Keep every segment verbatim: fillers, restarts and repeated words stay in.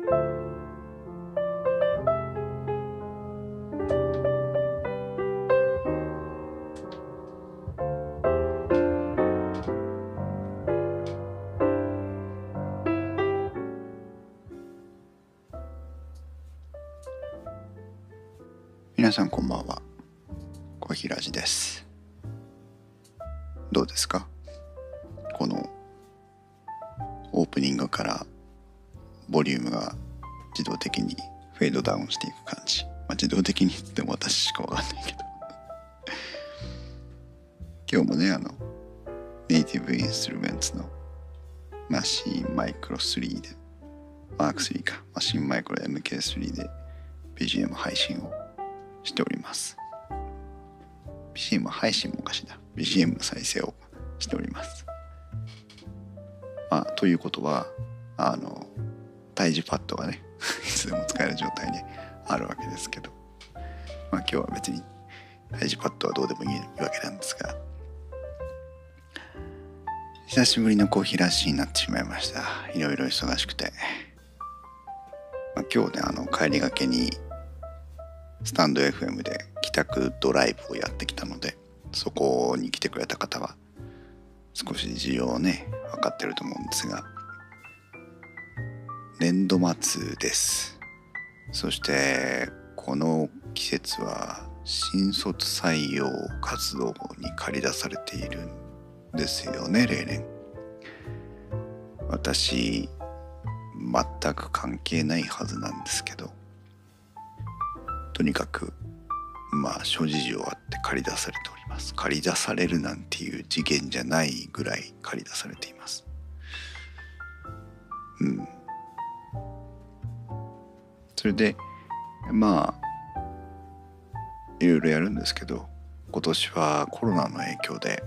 皆さんこんばんは、小平寺です。どうですか、このオープニングからボリュームが自動的にフェードダウンしていく感じ、まあ、自動的に言っても私しかわかんないけど今日もね、あのネイティブインストゥルメンツのマシンマイクロスリーでマークスリーかマシンマイクロ エムケースリー で ビージーエム 配信をしております。 ビージーエム 配信もおかしいな ビージーエム の再生をしております。まあということはあの胎児パッドがねいつでも使える状態にあるわけですけど、まあ今日は別に胎児パッドはどうでもいいわけなんですが、久しぶりのコーヒーラッシュになってしまいました。いろいろ忙しくて、まあ、今日ねあの帰りがけにスタンド エフエム で帰宅ドライブをやってきたので、そこに来てくれた方は少し事情をね分かってると思うんですが、年度末です。そしてこの季節は新卒採用活動に駆り出されているんですよね、例年。私全く関係ないはずなんですけど、とにかくまあ諸事情あって駆り出されております。駆り出されるなんていう次元じゃないぐらい駆り出されています。うん。それでまあいろいろやるんですけど、今年はコロナの影響で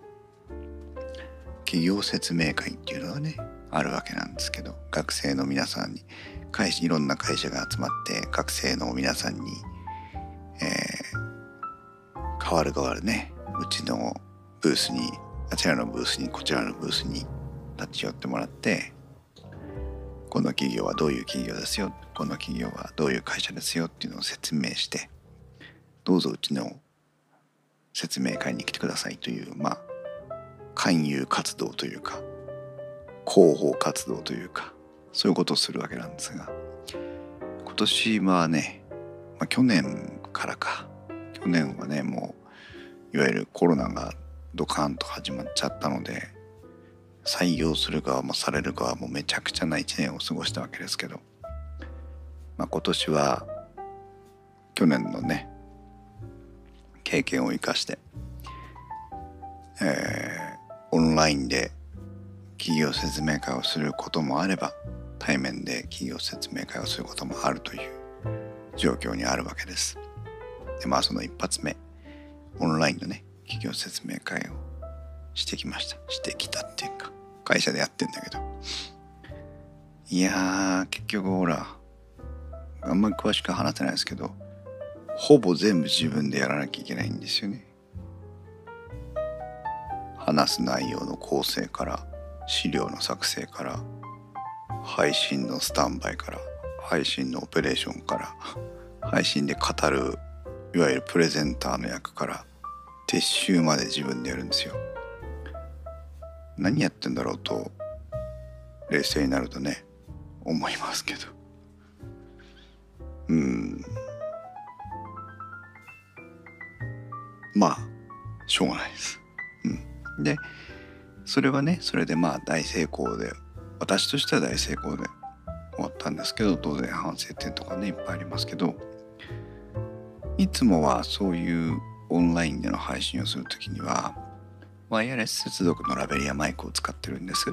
企業説明会っていうのがねあるわけなんですけど、学生の皆さんに会社いろんな会社が集まって学生の皆さんに、えー、代わる代わるねうちのブースにあちらのブースにこちらのブースに立ち寄ってもらって、この企業はどういう企業ですよ、この企業はどういう会社ですよっていうのを説明して、どうぞうちの説明会に来てくださいという、まあ勧誘活動というか広報活動というか、そういうことをするわけなんですが、今年はね、まあ、去年からか去年はねもういわゆるコロナがドカーンと始まっちゃったので、採用する側もされる側もめちゃくちゃないちねんを過ごしたわけですけど、まあ、今年は去年のね経験を生かして、えー、オンラインで企業説明会をすることもあれば、対面で企業説明会をすることもあるという状況にあるわけです。でまあその一発目オンラインのね企業説明会をしてきました。してきたっていうか会社でやってんだけど、いやー結局ほらあんまり詳しく話せないですけど、ほぼ全部自分でやらなきゃいけないんですよね。話す内容の構成から資料の作成から配信のスタンバイから配信のオペレーションから配信で語るいわゆるプレゼンターの役から撤収まで自分でやるんですよ。何やってんだろうと冷静になるとね思いますけど、うーんまあしょうがないです。うん、でそれはねそれでまあ大成功で、私としては大成功で終わったんですけど、当然反省点とかねいっぱいありますけど、いつもはそういうオンラインでの配信をするときにはワイヤレス接続のラベリアマイクを使ってるんです。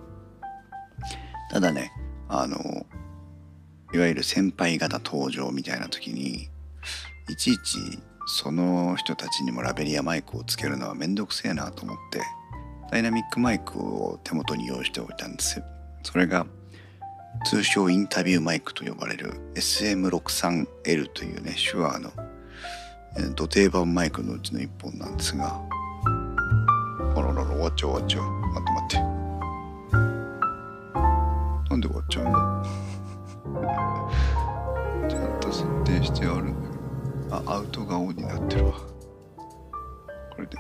ただねあのいわゆる先輩方登場みたいな時にいちいちその人たちにもラベリアマイクをつけるのはめんどくせえなと思ってダイナミックマイクを手元に用意しておいたんです。それが通称インタビューマイクと呼ばれる エスエムろくじゅうさんエル というね手話のド定番マイクのうちの一本なんですが、あららら終わっちゃう終わっちゃう、待って待って、なんで終わっちゃうのちゃんと設定してあるんだけど、あ、アウトがオンになってるわ。これで OK。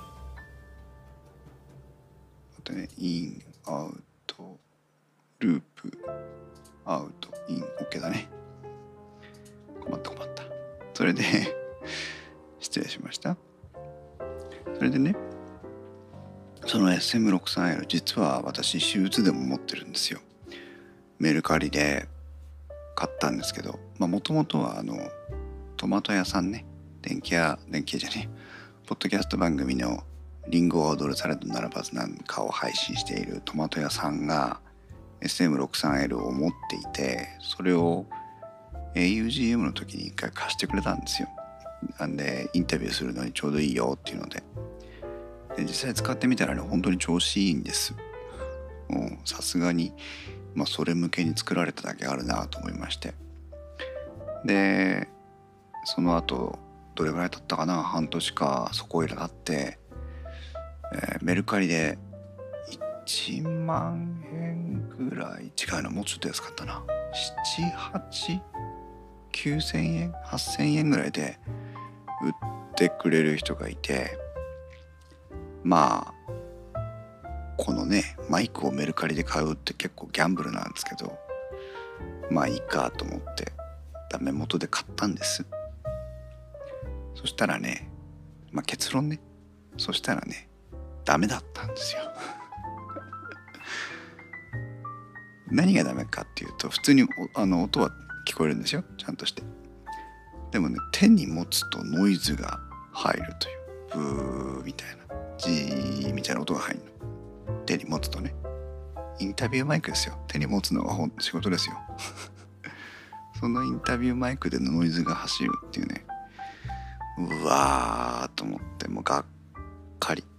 あとね、イン、アウト、ループ、アウト、イン、OK だね。困った困った。それで失礼しました。それでね、その エスエムろくじゅうさんエル 実は私私物でも持ってるんですよ。メルカリで買ったんですけど、もともとはあのトマト屋さんね、電気屋電気屋じゃねえポッドキャスト番組のリンゴを踊るされどならばずなんかを配信しているトマト屋さんが エスエムろくじゅうさんエル を持っていて、それを エーユージーエム の時に一回貸してくれたんですよ。なんでインタビューするのにちょうどいいよっていうので、で実際使ってみたらね、本当に調子いいんです。さすがに、まあ、それ向けに作られただけあるなと思いまして、でその後どれぐらい経ったかな、半年かそこいら経って、えー、メルカリでいちまんえんぐらい、違うの、もうちょっと安かったな、なな、はち、きゅうせんえん、はっせんえんぐらいで売ってくれる人がいて、まあこのねマイクをメルカリで買うって結構ギャンブルなんですけど、まあいいかと思ってダメ元で買ったんです。そしたらね、まあ結論ね、そしたらねダメだったんですよ何がダメかっていうと、普通にあの音は聞こえるんですよ、ちゃんとして。でもね、手に持つとノイズが入るという、ブーみたいな、ジーみたいな音が入るの。手に持つとね、インタビューマイクですよ。手に持つのが仕事ですよそのインタビューマイクでノイズが走るっていうね、うわーと思って、もうがっかり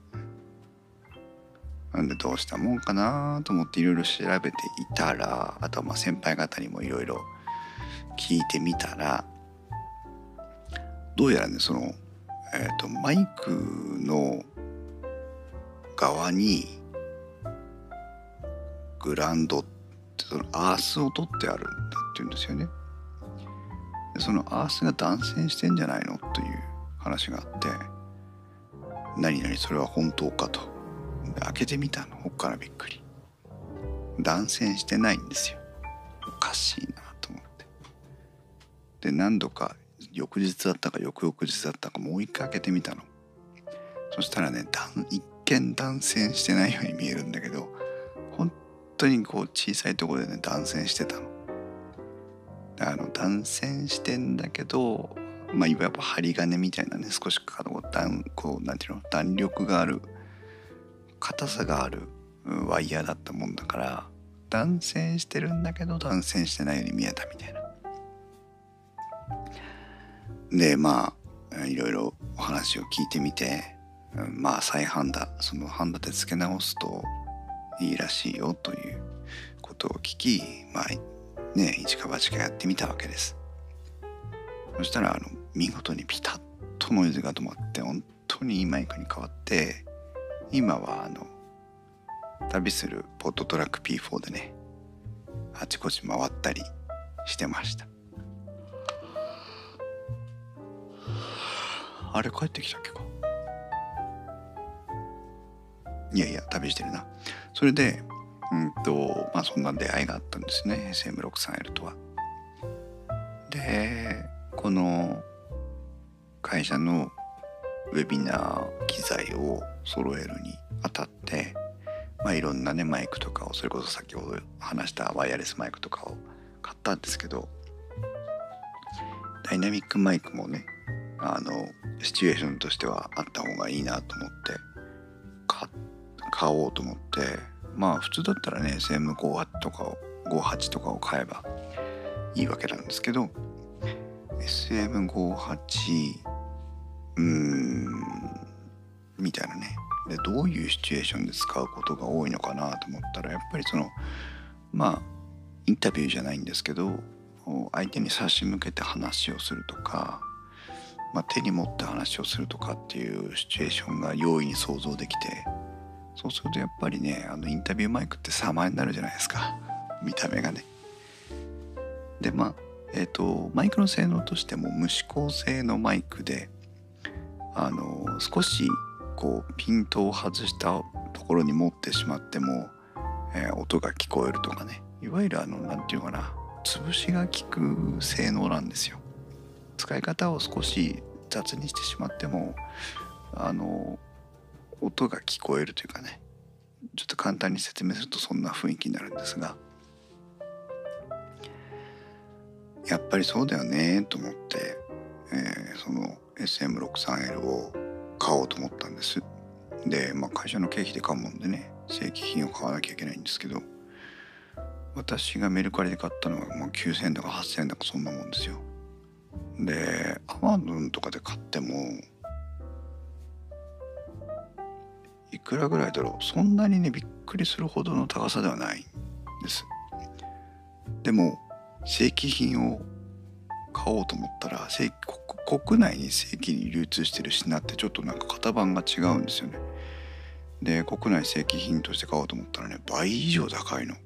なんで、どうしたもんかなと思っていろいろ調べていたら、あとはまあ先輩方にもいろいろ聞いてみたら、どうやらね、その、えーと、マイクの側にグランドってそのアースを取ってあるんだっていうんですよね。でそのアースが断線してんじゃないのという話があって、何々それは本当かと。で開けてみたの、ほっからびっくり。断線してないんですよ。おかしいなと思って。で何度か翌日だったか翌々日だったかもう一回開けてみたの。そしたらね、一見断線してないように見えるんだけど、本当にこう小さいところでね断線してたの。あの断線してんだけど、まあいわば針金みたいなね、少しこうこうなんていうの、弾力がある、硬さがあるワイヤーだったもんだから、断線してるんだけど断線してないように見えたみたいな。でまあいろいろお話を聞いてみて、まあ再ハンダ、そのハンダで付け直すといいらしいよということを聞き、まあね一か八かやってみたわけです。そしたらあの見事にピタッとノイズが止まって、本当にいいマイクに変わって、今はあの旅するポッドトラック ピーフォー でね、あちこち回ったりしてました。あれ帰ってきたっけか。いやいや旅してるな。それでうんとまあそんな出会いがあったんですね、 エスエムろくじゅうさんエル とは。でこの会社のウェビナー機材を揃えるにあたって、まあいろんなねマイクとかを、それこそ先ほど話したワイヤレスマイクとかを買ったんですけど、ダイナミックマイクもね、あのシチュエーションとしてはあった方がいいなと思って買買おうと思って、まあ普通だったらね エスエムごじゅうはち とかをごじゅうはちとかを買えばいいわけなんですけど、 エスエムごじゅうはち うーんみたいなね。でどういうシチュエーションで使うことが多いのかなと思ったら、やっぱりそのまあインタビューじゃないんですけど、相手に差し向けて話をするとか、まあ、手に持って話をするとかっていうシチュエーションが容易に想像できて、そうするとやっぱりね、あのインタビューマイクって様になるじゃないですか、見た目がね。 でまあえっとマイクの性能としても無指向性のマイクで、あの少しこうピントを外したところに持ってしまっても、えー音が聞こえるとかね、いわゆるあのなんていうのかな、潰しが効く性能なんですよ。使い方を少し雑にしてしまってもあの音が聞こえるというかね、ちょっと簡単に説明するとそんな雰囲気になるんですが、やっぱりそうだよねと思って、えーその エスエムろくじゅうさんエル を買おうと思ったんです。で、まあ、会社の経費で買うもんでね、正規品を買わなきゃいけないんですけど、私がメルカリで買ったのはまあきゅうせんえんだかはっせんえんだかそんなもんですよ。で、アマゾンとかで買ってもいくらぐらいだろう、そんなにねびっくりするほどの高さではないんです。でも正規品を買おうと思ったら、正国国内に正規に流通してる品ってちょっとなんか型番が違うんですよね。で、国内正規品として買おうと思ったらね、倍以上高いの。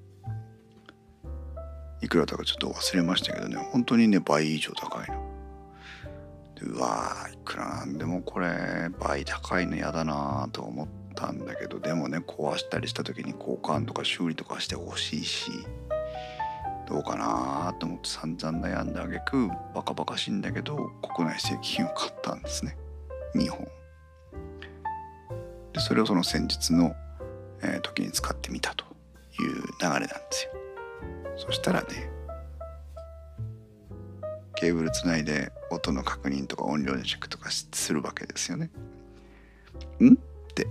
いくらだかちょっと忘れましたけどね、本当にね倍以上高いの。で、うわー、いくらなんでもこれ倍高いのやだなと思ったんだけど、でもね壊したりした時に交換とか修理とかしてほしいし、どうかなと思って散々悩んであげく、バカバカしいんだけど国内正規品を買ったんですね、にほん。でそれをその先日の、えー時に使ってみたという流れなんですよ。そしたらね、ケーブルつないで音の確認とか音量のチェックとかするわけですよね。んって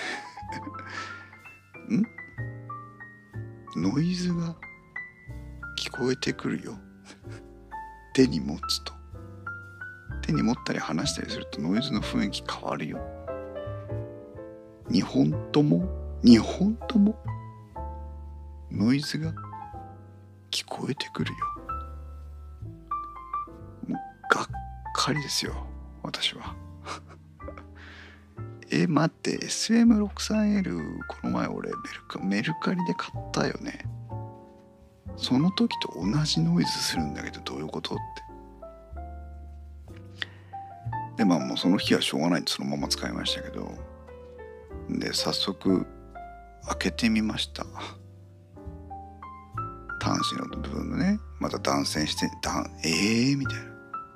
んノイズが聞こえてくるよ手に持つと、手に持ったり離したりするとノイズの雰囲気変わるよ。にほんともにほんともノイズが聞こえてくるよ。もうがっかりですよ私はえ待って、 エスエムろくじゅうさんエル この前俺メルカメルカリで買ったよね。その時と同じノイズするんだけどどういうことって。でまあもうその日はしょうがないんでそのまま使いましたけど、で早速開けてみました。端子の部分のね、また断線して断えーみたいな、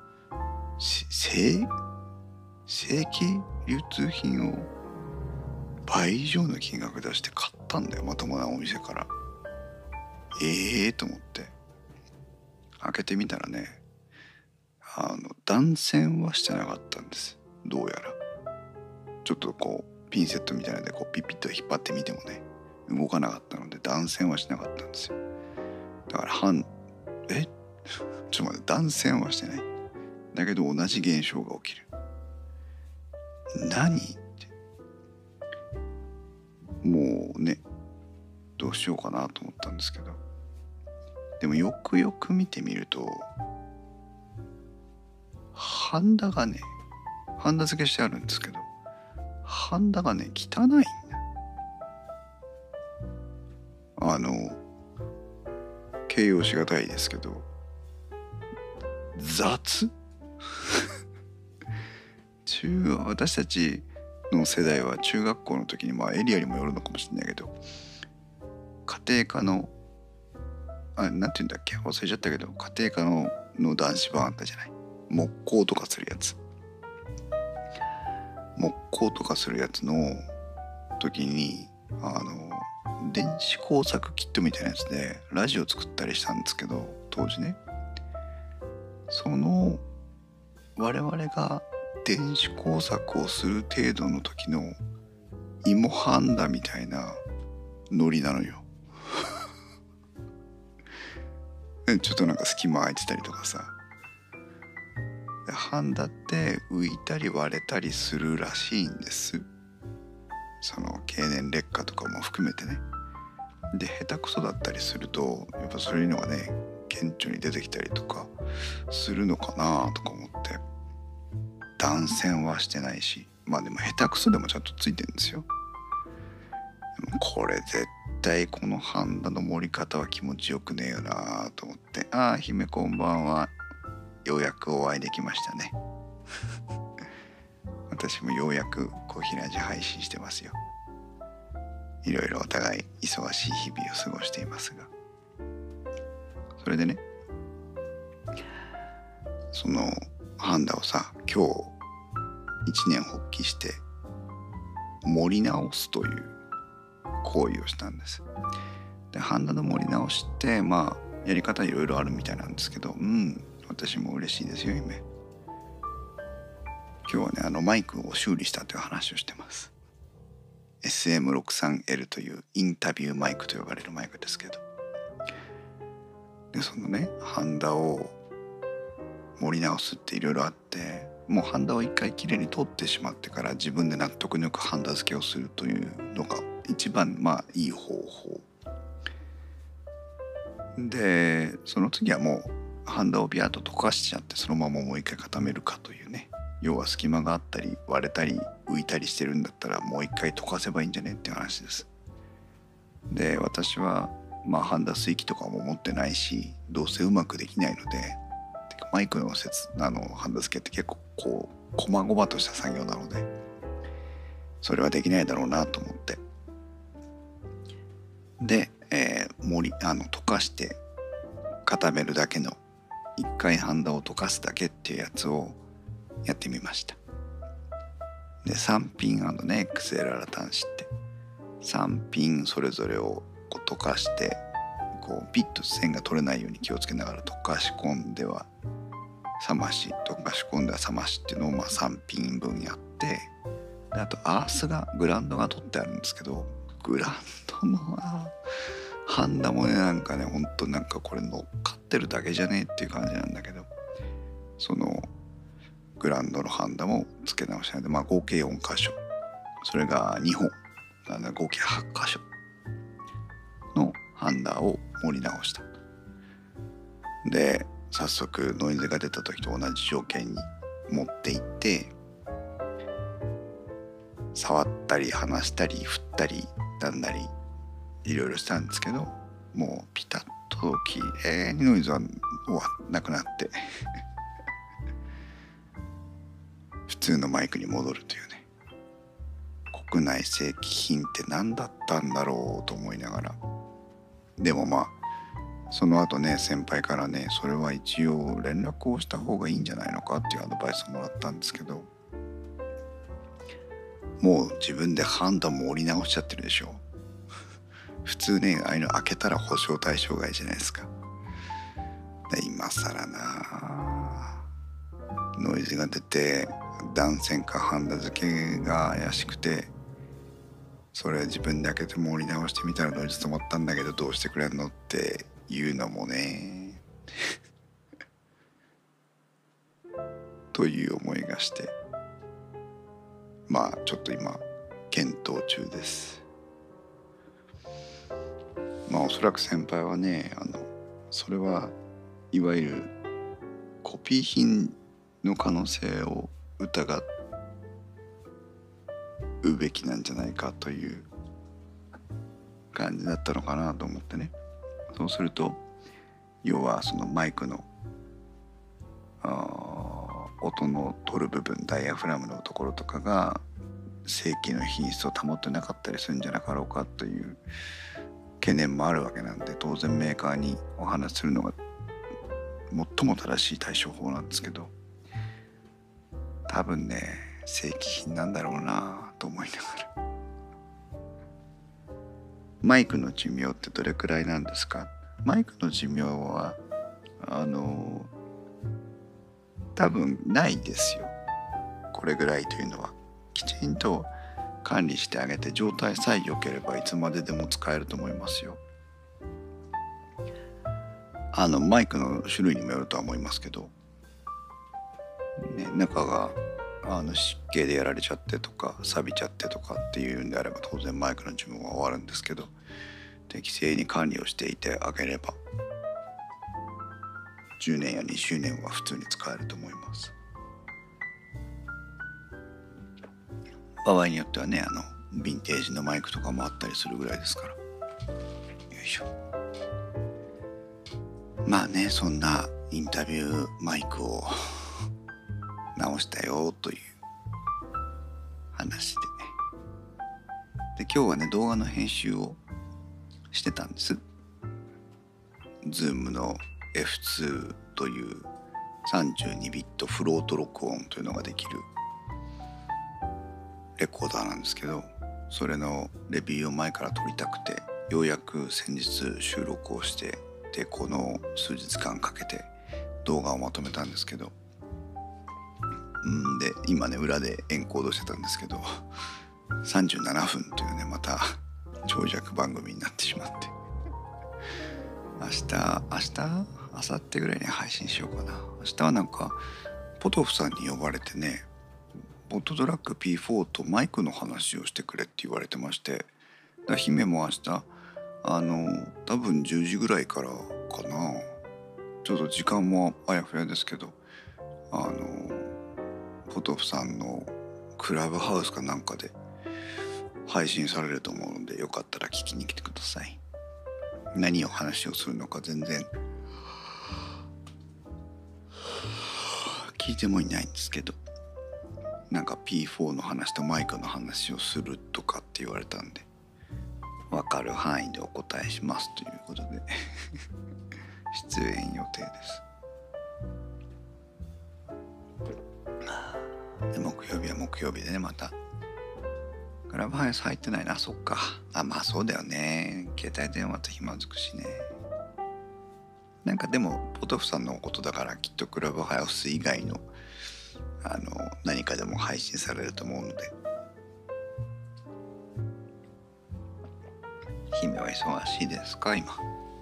正正規流通品を倍以上の金額出して買ったんだよ、まともなお店から。ええー、と思って開けてみたらね、あの断線はしてなかったんです。どうやらちょっとこうピンセットみたいなのでこうピッピッと引っ張ってみてもね動かなかったので断線はしなかったんですよ。だから半えちょっと待って、断線はしてないだけど同じ現象が起きる。何ってもうねどうしようかなと思ったんですけど、でもよくよく見てみるとハンダがね、ハンダ付けしてあるんですけど、ハンダがね汚いんだ。あの形容しがたいですけど雑中私たちの世代は中学校の時に、まあエリアにもよるのかもしれないけど、家庭科のあなんていうんだっけ忘れちゃったけど、家庭科のの男子版あったじゃない、木工とかするやつ、木工とかするやつの時にあの電子工作キットみたいなやつでラジオ作ったりしたんですけど、当時ね、その我々が電子工作をする程度の時の芋ハンダみたいなノリなのよちょっとなんか隙間空いてたりとかさ、ハンダって浮いたり割れたりするらしいんです。その経年劣化とかも含めてね。で下手くそだったりするとやっぱそういうのがね顕著に出てきたりとかするのかなとか思って、断線はしてないし、まあでも下手くそでもちゃんとついてるんですよ。でもこれ絶対このハンダの盛り方は気持ちよくねえよなと思って、 あー、姫こんばんは。ようやくお会いできましたね。私もようやくコーヒーラジ配信してますよ。いろいろお互い忙しい日々を過ごしていますが、それでね、そのハンダをさ、今日一年発起して盛り直すという行為をしたんです。で、ハンダの盛り直しってまあやり方いろいろあるみたいなんですけど、うん、私も嬉しいですよ、姫。今日はね、あのマイクを修理したという話をしてます。エスエムろくじゅうさんエル というインタビューマイクと呼ばれるマイクですけど、でそのね、ハンダを盛り直すっていろいろあって、もうハンダを一回きれいに取ってしまってから自分で納得のよくハンダ付けをするというのが一番まあいい方法で、その次はもうハンダをビャーっと溶かしちゃってそのままもう一回固めるかというね。要は隙間があったり割れたり浮いたりしてるんだったらもう一回溶かせばいいんじゃねっていう話です。で、私はまあハンダ水器とかも持ってないし、どうせうまくできないので、マイクの説あのハンダ付けって結構こう細々とした作業なので、それはできないだろうなと思って、で、えー、盛りあの溶かして固めるだけの一回ハンダを溶かすだけっていうやつをやってみました。で、さんピンね エックスエル 新端子ってさんピンそれぞれをこう溶かして、こうピッと線が取れないように気をつけながら溶かし込んでは冷まし、溶かし込んでは冷ましっていうのをまあさんピン分やって、であとアースがグラウンドが取ってあるんですけど、グラウンドのハンダもね、なんかね、ほんとなんかこれ乗っかってるだけじゃねえっていう感じなんだけど、そのグラウンドのハンダも付け直したので、まあ合計よんかしょ、それがにほんなので合計はちかしょのハンダを盛り直した。で、早速ノイズが出た時と同じ条件に持っていって、触ったり離したり振ったりなんだりいろいろしたんですけど、もうピタッときれいにノイズはなくなって普通のマイクに戻るというね。国内正規品って何だったんだろうと思いながら、でもまあその後ね、先輩からね、それは一応連絡をした方がいいんじゃないのかっていうアドバイスをもらったんですけど、もう自分でハンダも折り直しちゃってるでしょ。普通ね、ああいうの開けたら保証対象外じゃないですか。で、今更なノイズが出て断線かハンダ付けが怪しくて、それ自分で開けて盛り直してみたらノイズ止まったんだけどどうしてくれんのっていうのもねという思いがして、まあちょっと今検討中です。まあおそらく先輩はね、あのそれはいわゆるコピー品の可能性を疑うべきなんじゃないかという感じだったのかなと思ってね。そうすると要はそのマイクの音の取る部分、ダイヤフラムのところとかが正規の品質を保ってなかったりするんじゃなかろうかという懸念もあるわけなんで、当然メーカーにお話しするのが最も正しい対処法なんですけど、多分ね正規品なんだろうなと思いながら。マイクの寿命ってどれくらいなんですか？マイクの寿命はあの多分ないですよ。これぐらいというのはきちんと管理してあげて、状態さえ良ければいつまででも使えると思いますよ。あのマイクの種類にもよるとは思いますけど、ね、中があの湿気でやられちゃってとか錆びちゃってとかっていうんであれば当然マイクの寿命は終わるんですけど、適正に管理をしていてあげればじゅうねんやにじゅうねんは普通に使えると思います。場合によってはね、あのヴィンテージのマイクとかもあったりするぐらいですから。よいしょ。 まあね、そんなインタビューマイクを直したよという話でね。で今日はね動画の編集をしてたんです。 Zoom の エフツー というさんじゅうにビットフロート録音というのができるレコーダーなんですけど、それのレビューを前から撮りたくて、ようやく先日収録をして、でこの数日間かけて動画をまとめたんですけど、んで今ね裏でエンコードしてたんですけどさんじゅうななふんというねまた長尺番組になってしまって、明日明日明後日ぐらいに配信しようかな。明日はなんかポトフさんに呼ばれてね、ポットトラック ピーフォー とマイクの話をしてくれって言われてまして、だから姫も明日あの多分じゅうじぐらいからかな、ちょっと時間もあやふやですけど、あのポトフさんのクラブハウスかなんかで配信されると思うので、よかったら聞きに来てください。何を話をするのか全然聞いてもいないんですけど、なんか ピーフォー の話とマイクの話をするとかって言われたんで、分かる範囲でお答えしますということで出演予定です。で木曜日は木曜日でね、またクラブハウス入ってないな。そっか。あ、まあそうだよね。携帯電話と暇づくしね。なんかでもポトフさんのことだからきっとクラブハウス以外のあの何かでも配信されると思うので。姫は忙しいですか今。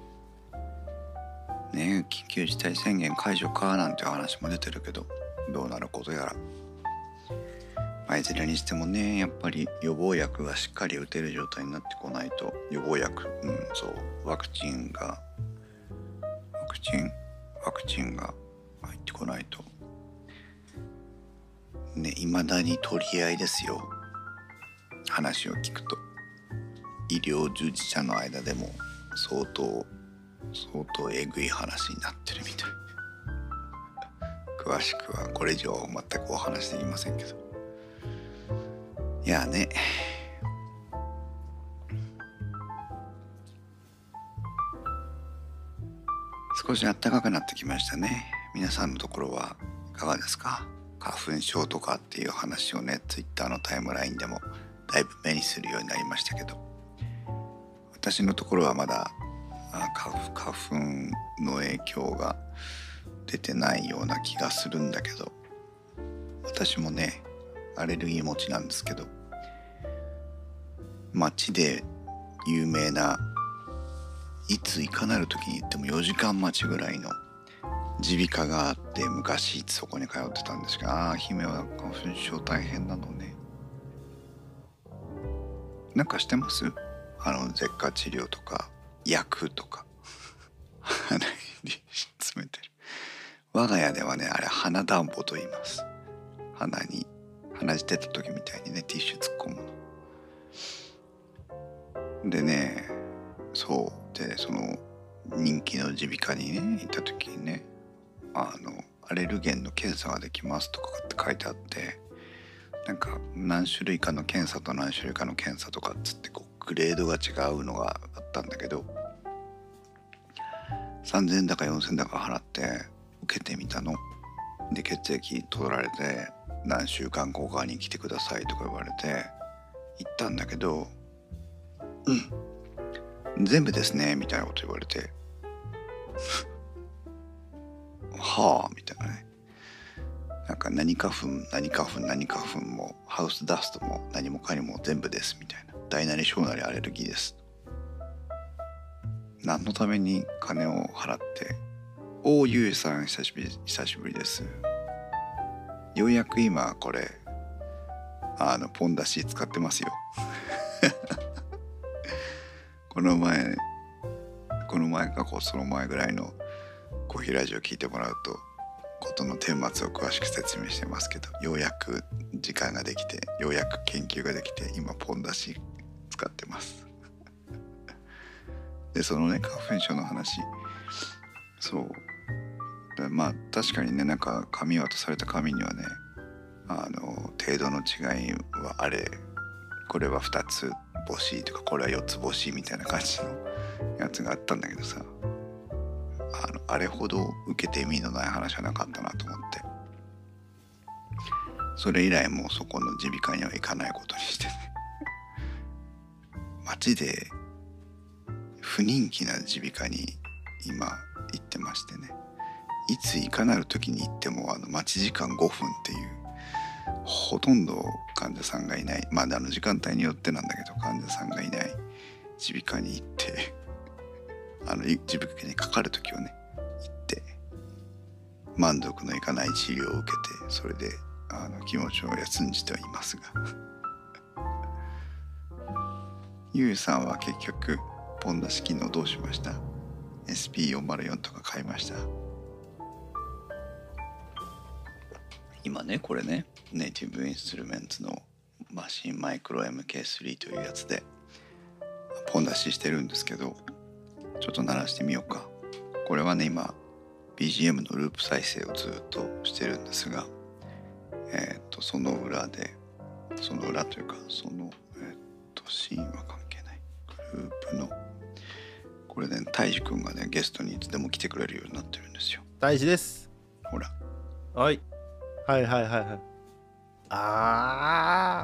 ねえ、緊急事態宣言解除かなんて話も出てるけど、どうなることやら。まあ、いずれにしてもね、やっぱり予防薬がしっかり打てる状態になってこないと、予防薬、うん、そう、ワクチンが、ワクチン、ワクチンが入ってこないと、ね、未だに取り合いですよ。話を聞くと。医療従事者の間でも相当、相当えぐい話になってるみたい。詳しくはこれ以上全くお話できませんけど。いやね、少し暖かくなってきましたね。皆さんのところはいかがですか？花粉症とかっていう話をね、ツイッターのタイムラインでもだいぶ目にするようになりましたけど、私のところはまだ花粉の影響が出てないような気がするんだけど、私もねアレルギー持ちなんですけど、街で有名ないついかなる時に行ってもよじかん待ちぐらいの耳鼻科があって、昔そこに通ってたんですが、ああ姫は花粉症大変なのね。なんかしてます？あの舌下治療とか薬とか鼻に詰めてる。我が家ではねあれ鼻暖房と言います。鼻に鼻血出た時みたいにねティッシュ突っ込むのでね、そうでその人気の耳鼻科にね行った時にね、あのアレルゲンの検査ができますとかって書いてあって、なんか何種類かの検査と何種類かの検査とかっつってこうグレードが違うのがあったんだけど、さんぜんえんだかよんせんえんだか払って受けてみたので、血液取られて何週間後かに来てくださいとか言われて行ったんだけど、うん全部ですねみたいなこと言われてはあみたいなね。なんか何花粉何花粉何花粉もハウスダストも何もかにも全部ですみたいな、大なり小なりアレルギーです。何のために金を払って。おーゆうさん久しぶり久しぶりです。ようやく今これあのポン出し使ってますよこの前この前かこうその前ぐらいのコーヒーラジオ聞いてもらうとことの顛末を詳しく説明してますけど、ようやく時間ができてようやく研究ができて今ポン出し使ってますでそのね花粉症の話、 そうでまあ確かにね、なんか紙渡された紙にはね、あの程度の違いはあれ、これはふたつ星とかこれはよっつ星みたいな感じのやつがあったんだけどさ、あのあれほど受けて意味のない話はなかったなと思って、それ以来もうそこの耳鼻科には行かないことにしてね街で不人気な耳鼻科に今行ってましてね、いついかなる時に行ってもあの待ち時間ごふんっていう、ほとんど患者さんがいない、まああの時間帯によってなんだけど患者さんがいない耳鼻科に行ってあの耳鼻科にかかる時はね行って満足のいかない治療を受けて、それであの気持ちを休んじてはいますがゆうさんは結局ポンダ式のどうしました？ エスピーよんまるよん とか買いました？今ねこれねネイティブインストゥルメンツのマシンマイクロ エムケースリー というやつでポン出ししてるんですけど、ちょっと鳴らしてみようか。これはね今 ビージーエム のループ再生をずっとしてるんですが、えっとその裏でその裏というかそのえっとシーンは関係ないグループのこれね、タイジ君がねゲストにいつでも来てくれるようになってるんですよ。 大事です。 ほら、 はいはいはいはいはい。ああ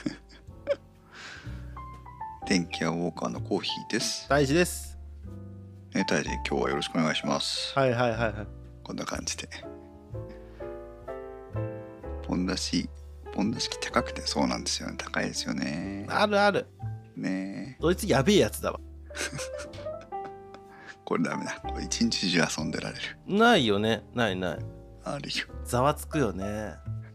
電気屋ウォーカーのコーヒーです。 大事です。 ね、大事今日はよろしくお願いします。 はいはいはいはい。 こんな感じでポン出しポン出し高くて、そうなんですよね、高いですよね。 あるあるねえ、 ドイツやべえやつだわこれダメだ、これ一日中遊んでられる。 ないよね、ないない。 あるよ。 ざわつくよね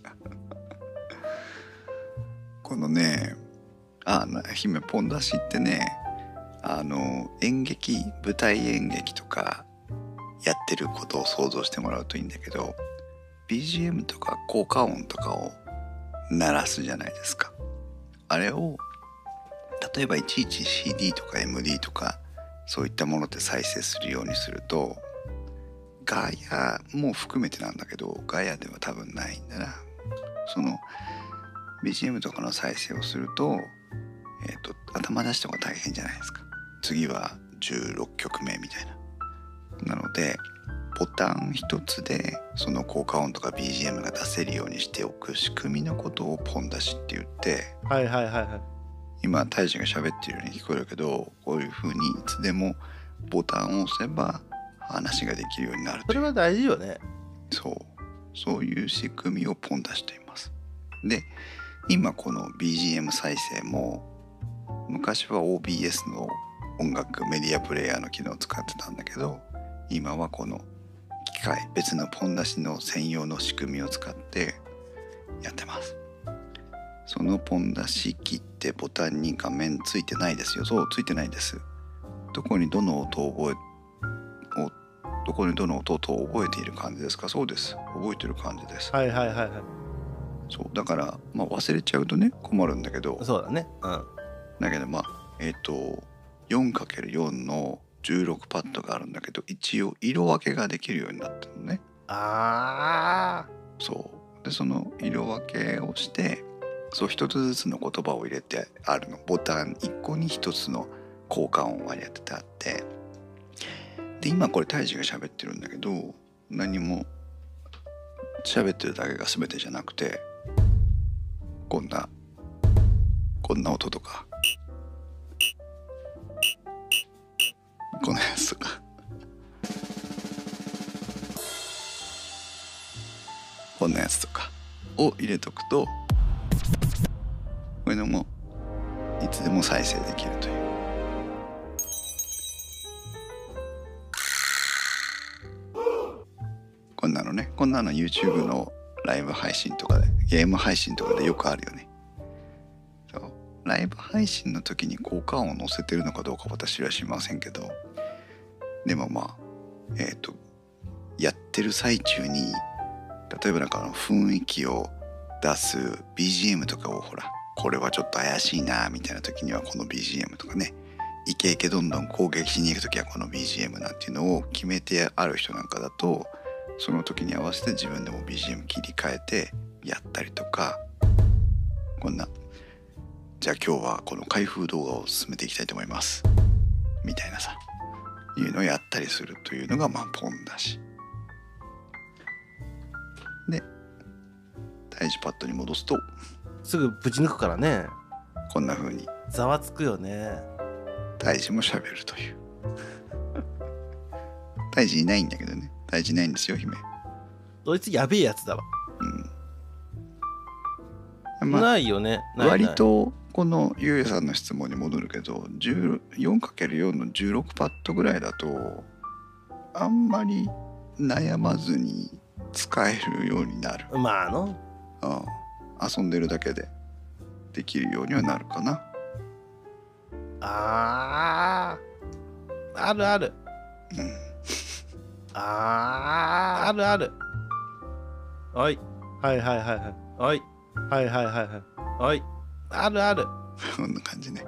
このね、あの姫ポン出しってね、あの演劇舞台演劇とかやってることを想像してもらうといいんだけど、 ビージーエム とか効果音とかを鳴らすじゃないですか。あれを例えばいちいち シーディー とか エムディー とかそういったもので再生するようにすると、ガヤも含めてなんだけどガヤでは多分ないんだな。その ビージーエム とかの再生をすると、えーと、頭出しとか大変じゃないですか。次はじゅうろっきょくめみたいな。なのでボタン一つでその効果音とか ビージーエム が出せるようにしておく仕組みのことをポン出しって言って、 はいはいはいはい。 今大志が喋ってるように聞こえるけど、こういう風にいつでもボタンを押せば話ができるようになるという。 それは大事よね。 そうそういう仕組みをポン出しています。で今この ビージーエム 再生も昔は オービーエス の音楽メディアプレイヤーの機能を使ってたんだけど、今はこの機械別のポン出しの専用の仕組みを使ってやってます。そのポン出し機ってボタンに画面ついてないですよ。そうついてないです。どこにどの音を覚えおどこにどの音を覚えている感じですか？そうです、覚えてる感じです。 はいはいはいはい。 そうだから、まあ、忘れちゃうとね困るんだけど、 そうだね。うん。 だけどまあえっ、ー、と よんかけるよん のじゅうろくパッドがあるんだけど、一応色分けができるようになってるのね。 ああ。 そうでその色分けをして、そう一つずつの言葉を入れてあるの。ボタンいっこに一つの効果音がやっててあって、で今これ大志が喋ってるんだけど、何も喋ってるだけが全てじゃなくて、こんなこんな音とかこのやつとかこんなやつとかを入れとくと、これでもいつでも再生できるという。こんなのね、こんなの YouTube のライブ配信とかで、ゲーム配信とかでよくあるよね。そうライブ配信の時に効果音を載せてるのかどうか私は知りませんけど、でもまあえっとやってる最中に例えばなんかの雰囲気を出す ビージーエム とかをほら、これはちょっと怪しいなみたいな時にはこの ビージーエム とかねイケイケどんどん攻撃しに行く時はこの ビージーエム なんていうのを決めてある人なんかだと、その時に合わせて自分でも ビージーエム 切り替えてやったりとか、こんなじゃあ今日はこの開封動画を進めていきたいと思いますみたいなさ、いうのをやったりするというのがまあポンだし。でタイジパッドに戻すとすぐぶち抜くからね。 こんな風にざわつくよね。 タイジも喋るという。タイジいないんだけどね。タイジいないんですよ姫。 どいつやべえやつだわ。 うん、まあ、 ないよね。ないない割とこのゆうやさんの質問に戻るけど よんかけるよん のじゅうろくパッドぐらいだとあんまり悩まずに使えるようになる。 まああのああ、遊んでるだけでできるようにはなるかな。 あーあるある。 うん、 あーあるある。はい。はいはいはいはい。はい。はいはいはいはい。はい。あるある。 こんな感じね。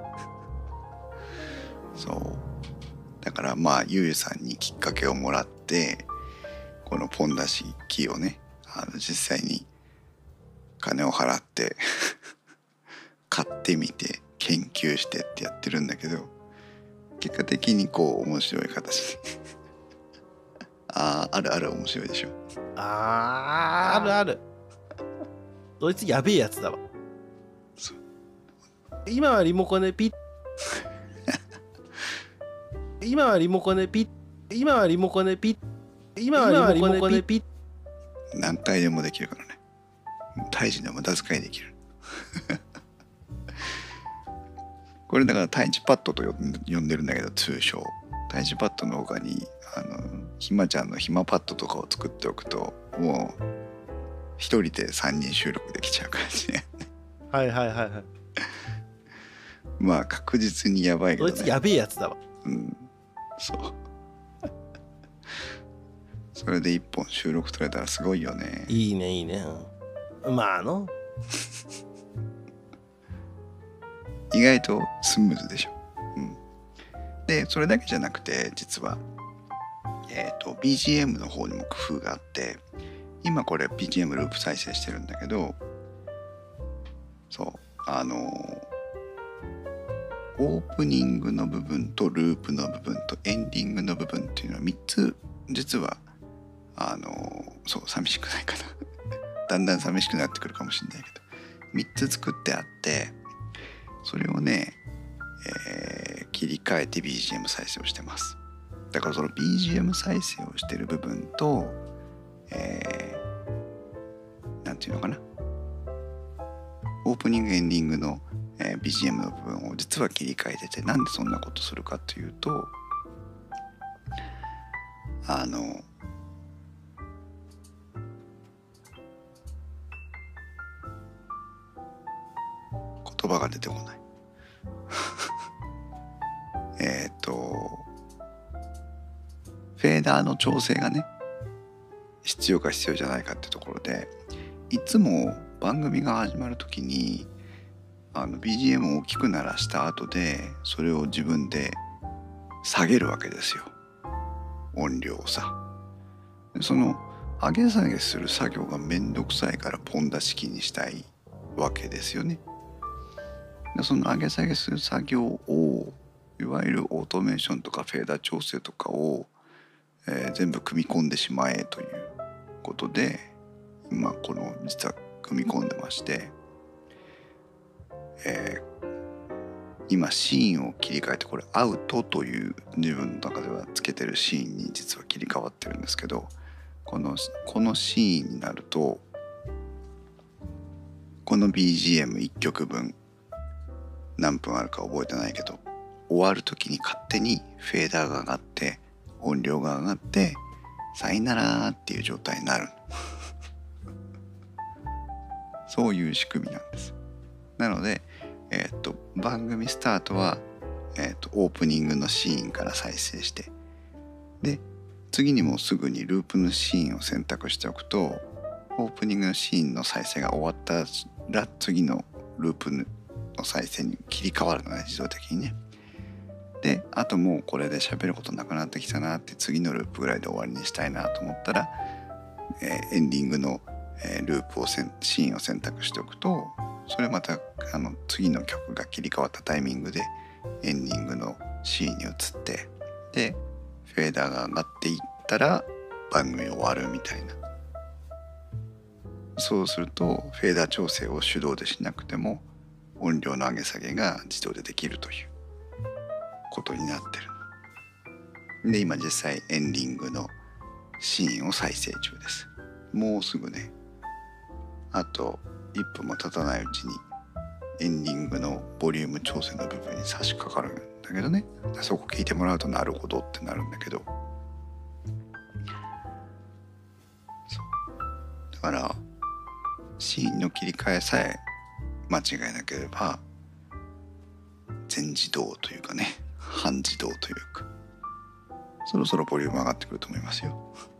そうだからまあゆうゆさんにきっかけをもらってこのポン出しキーをね、あの実際に金を払って買ってみて研究してってやってるんだけど、結果的にこう面白い形でああ、あるある面白いでしょ。 あーあるある。どいつやべえやつだわ。 そう今はリモコンでピッ今はリモコンでピッ今はリモコンでピッ今はリモコンでピッ何回でもできるからね。胎児の無駄遣いできる。これだからタイジパッドと呼んでるんだけど、通称タイジパッドの他にあのひまちゃんのひまパッドとかを作っておくともう一人でさんにん収録できちゃう感じね。 はいはいはいはい。 まあ確実にやばいけどね。 どいつやべえやつだわ。 うん、そうそれで一本収録取れたらすごいよね。 いいねいいね。まああの意外とスムーズでしょ。うん、でそれだけじゃなくて実は、えーと、ビージーエム の方にも工夫があって、今これ ビージーエム ループ再生してるんだけど、そうあのオープニングの部分とループの部分とエンディングの部分っていうのはみっつ実はあのそう寂しくないかなだんだん寂しくなってくるかもしれないけどみっつ作ってあって、それをね、えー、切り替えて ビージーエム 再生をしてます。だからその ビージーエム 再生をしてる部分と、えー、なんていうのかな、オープニングエンディングの、えー、ビージーエム の部分を実は切り替えてて、なんでそんなことするかというと、あの言葉が出てこないえっとフェーダーの調整がね必要か必要じゃないかってところで、いつも番組が始まるときにあの ビージーエム を大きく鳴らした後でそれを自分で下げるわけですよ、音量をさ。その上げ下げする作業がめんどくさいからポン出し機にしたいわけですよね。でその上げ下げする作業をいわゆるオートメーションとかフェーダー調整とかを、えー、全部組み込んでしまえということで今この実は組み込んでまして、えー、今シーンを切り替えて、これアウトという自分の中ではつけてるシーンに実は切り替わってるんですけど、このこのシーンになるとこの ビージーエムいっ 曲分何分あるか覚えてないけど終わる時に勝手にフェーダーが上がって音量が上がってさよならっていう状態になるそういう仕組みなんです。なので、えー、っと番組スタートは、えー、っとオープニングのシーンから再生して、で次にもうすぐにループのシーンを選択しておくと、オープニングのシーンの再生が終わったら次のループの再生に切り替わるのね、自動的にね。 であともうこれで喋ることなくなってきたなって次のループぐらいで終わりにしたいなと思ったら、えー、エンディングの、えー、ループをシーンを選択しておくと、それまたあの次の曲が切り替わったタイミングでエンディングのシーンに移って、でフェーダーが上がっていったら番組終わるみたいな。そうするとフェーダー調整を手動でしなくても音量の上げ下げが自動でできるということになってる。で今実際エンディングのシーンを再生中です。もうすぐね、あといっぷんも経たないうちにエンディングのボリューム調整の部分に差し掛かるんだけどね、そこ聞いてもらうとなるほどってなるんだけど、そうだからシーンの切り替えさえ間違えなければ全自動というかね、半自動というか、そろそろボリューム上がってくると思いますよ。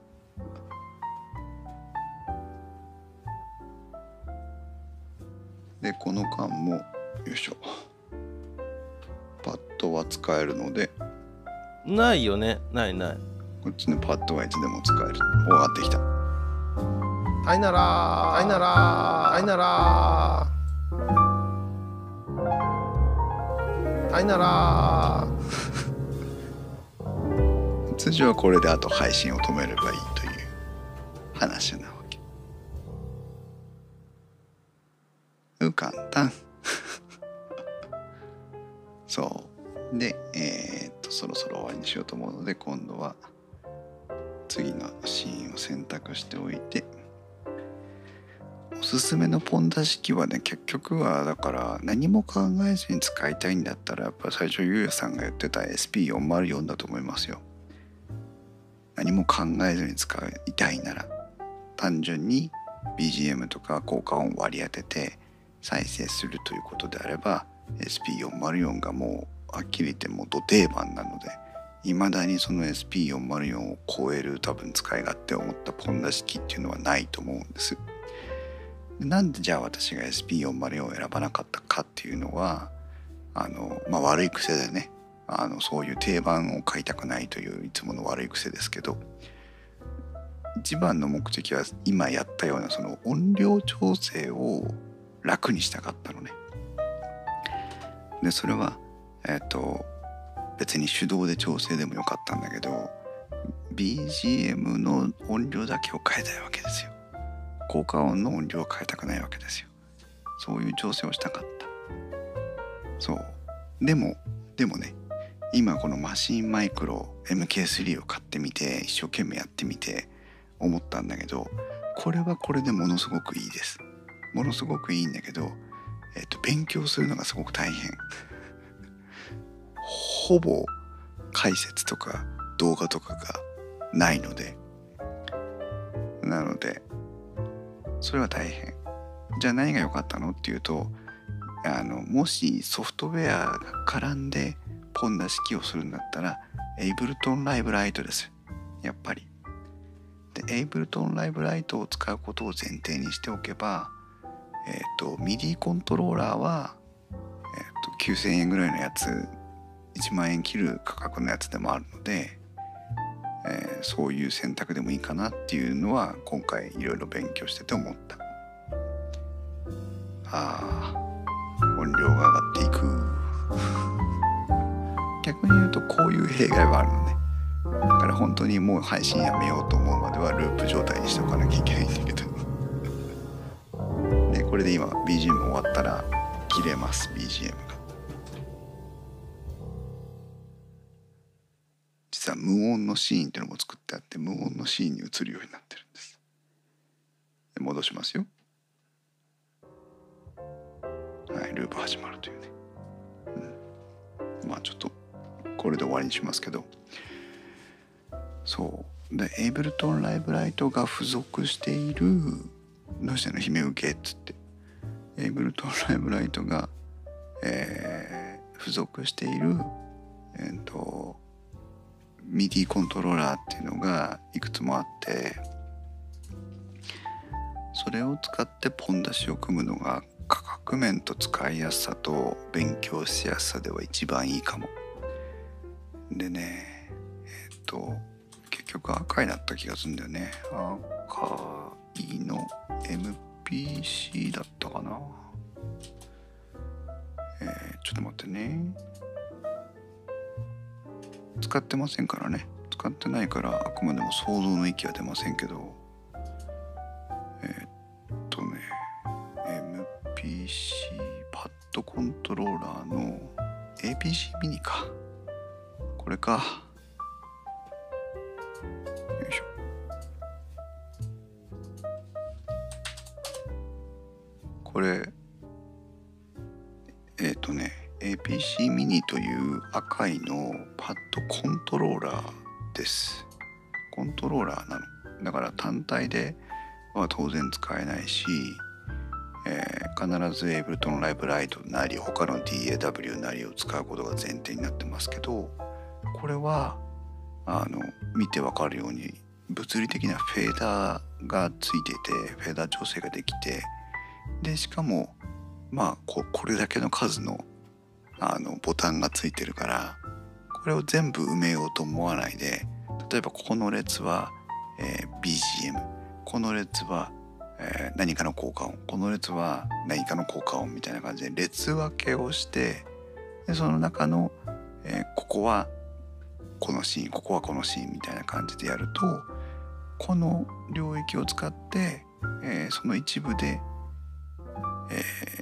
でこの間もよいしょ、パッドは使えるので、 ないよね、ないない。 こっちのパッドはいつでも使える。お、上がってきた。 あいならあいならあいならあいなら通常はこれであと配信を止めればいいという話なわけ。う簡単そうで、えー、っとそろそろ終わりにしようと思うので、今度は次のシーンを選択しておいて、おすすめのポン出し機はね、結局はだから何も考えずに使いたいんだったら、やっぱ最初ゆうやさんが言ってた エスピーよんまるよん だと思いますよ。何も考えずに使いたいなら、単純に ビージーエム とか効果音を割り当てて再生するということであれば エスピーよんまるよん がもうはっきり言ってもうど定番なので、いまだにその エスピーよんまるよん を超える多分使い勝手を持ったポン出し機っていうのはないと思うんです。なんでじゃあ私が エスピーよんまるよん を選ばなかったかっていうのは、あの、まあ、悪い癖でね、あのそういう定番を買いたくないといういつもの悪い癖ですけど、一番の目的は今やったようなその音量調整を楽にしたかったのね。でそれはえっと別に手動で調整でもよかったんだけど、 ビージーエム の音量だけを変えたいわけですよ。効果音の音量を変えたくないわけですよ。そういう調整をしたかった。そうでもでもね、今このマシンマイクロ エムケースリー を買ってみて一生懸命やってみて思ったんだけど、これはこれでものすごくいいです。ものすごくいいんだけど、えっと勉強するのがすごく大変。ほぼ解説とか動画とかがないので、なのでそれは大変。じゃあ何が良かったのっていうと、あのもしソフトウェアが絡んでポン出し機をするんだったら Ableton Live Lite です。やっぱり。で Ableton Live Lite を使うことを前提にしておけば、えっと ミディ コントローラーは、えっときゅうせんえんぐらいのやつ、いちまんえん切る価格のやつでもあるので、えー、そういう選択でもいいかなっていうのは今回いろいろ勉強してて思った。あー、音量が上がっていく。逆に言うとこういう弊害はあるのね。だから本当にもう配信やめようと思うまではループ状態にしておかなきゃいけないんだけどでこれで今 ビージーエム 終わったら切れます。 ビージーエム が実は無音のシーンっていうのも作ってあって、無音のシーンに移るようになってるんです。で戻しますよ。はい、ループ始まるというね、うん、まあちょっとこれで終わりにしますけど、そうで Ableton Live Lite が付属している、どうしての姫受けっつって Ableton Live Lite が、えー、付属しているえっ、ー、とミディ コントローラーっていうのがいくつもあって、それを使ってポン出しを組むのが価格面と使いやすさと勉強しやすさでは一番いいかも。 でねえっと結局赤になった気がするんだよね。赤いの エムピーシー だったかな。えー、ちょっと待ってね。使ってませんからね。使ってないからあくまでも想像の域は出ませんけど、えー、っとね エムピーシー パッドコントローラーの エーピーシー ミニか。これか。よいしょ。これえっとね エーピーシー ミニという赤いのパッドコントローラーです。コントローラーなの。だから単体では当然使えないし、えー、必ず Ableton Live Lite なり他の ディーエーダブリュー なりを使うことが前提になってますけど、これはあの見てわかるように物理的なフェーダーがついていて、フェーダー調整ができて、でしかもまあ こ, これだけの数のあのボタンがついてるから、これを全部埋めようと思わないで、例えばここの列は、えー、ビージーエム、 この列は、えー、何かの効果音、この列は何かの効果音みたいな感じで列分けをして、でその中の、えー、ここはこのシーン、ここはこのシーンみたいな感じでやると、この領域を使って、えー、その一部で、えー、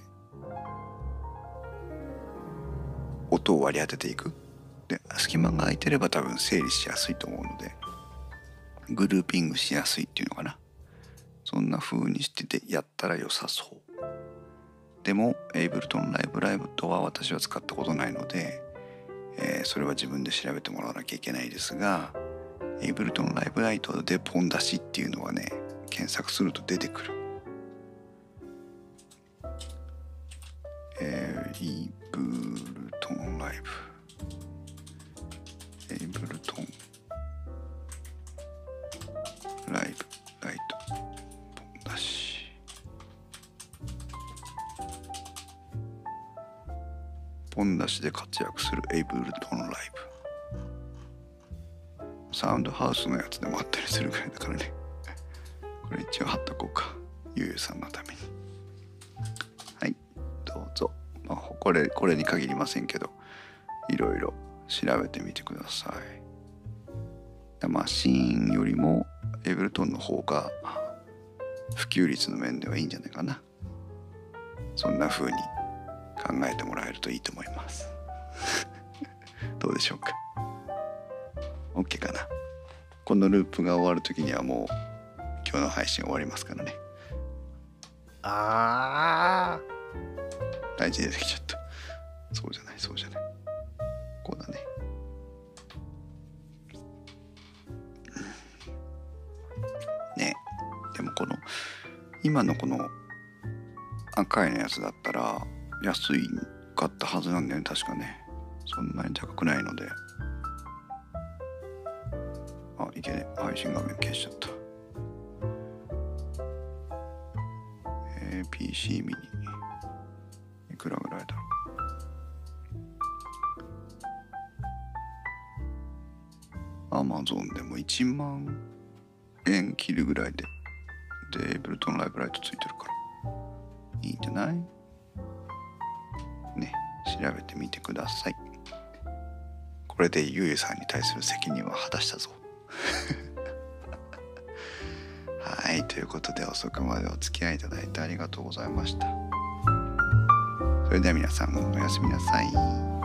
音を割り当てていく。で隙間が空いてれば多分整理しやすいと思うので、グルーピングしやすいっていうのかな。そんな風にしててやったら良さそう。でも Ableton Live Lite は私は使ったことないので、えー、それは自分で調べてもらわなきゃいけないですが、 Ableton Live Lite でポン出しっていうのはね、検索すると出てくる。えー、Ableton Live Ableton Live Lite ポン出し、ポン出しで活躍する Ableton Live、 サウンドハウスのやつでもあったりするぐらいだからね。これ一応貼っとこうか、ゆうゆうさんのために。はい、どうぞ。まあ、これこれに限りませんけど、いろいろ調べてみてください。まあシーンよりも Ableton の方が普及率の面ではいいんじゃないかな。そんな風に考えてもらえるといいと思います。どうでしょうか。 OK かな。このループが終わる時にはもう今日の配信終わりますからね。 あー大事出てきちゃった。そうじゃないそうじゃない、こうだね。ね、でもこの今のこの赤いのやつだったら安いかったはずなんだよね、確かね。そんなに高くないので。あ、いけね、配信画面消しちゃった。えー、ピーシー ミニいくらぐらいだろう。アマゾンでもいちまんえん切るぐらいで、で Ableton Live Lite ついてるからいいんじゃないね。調べてみてください。これでゆうゆうさんに対する責任は果たしたぞ。はい、ということで遅くまでお付き合いいただいてありがとうございました。それでは皆さんおやすみなさい。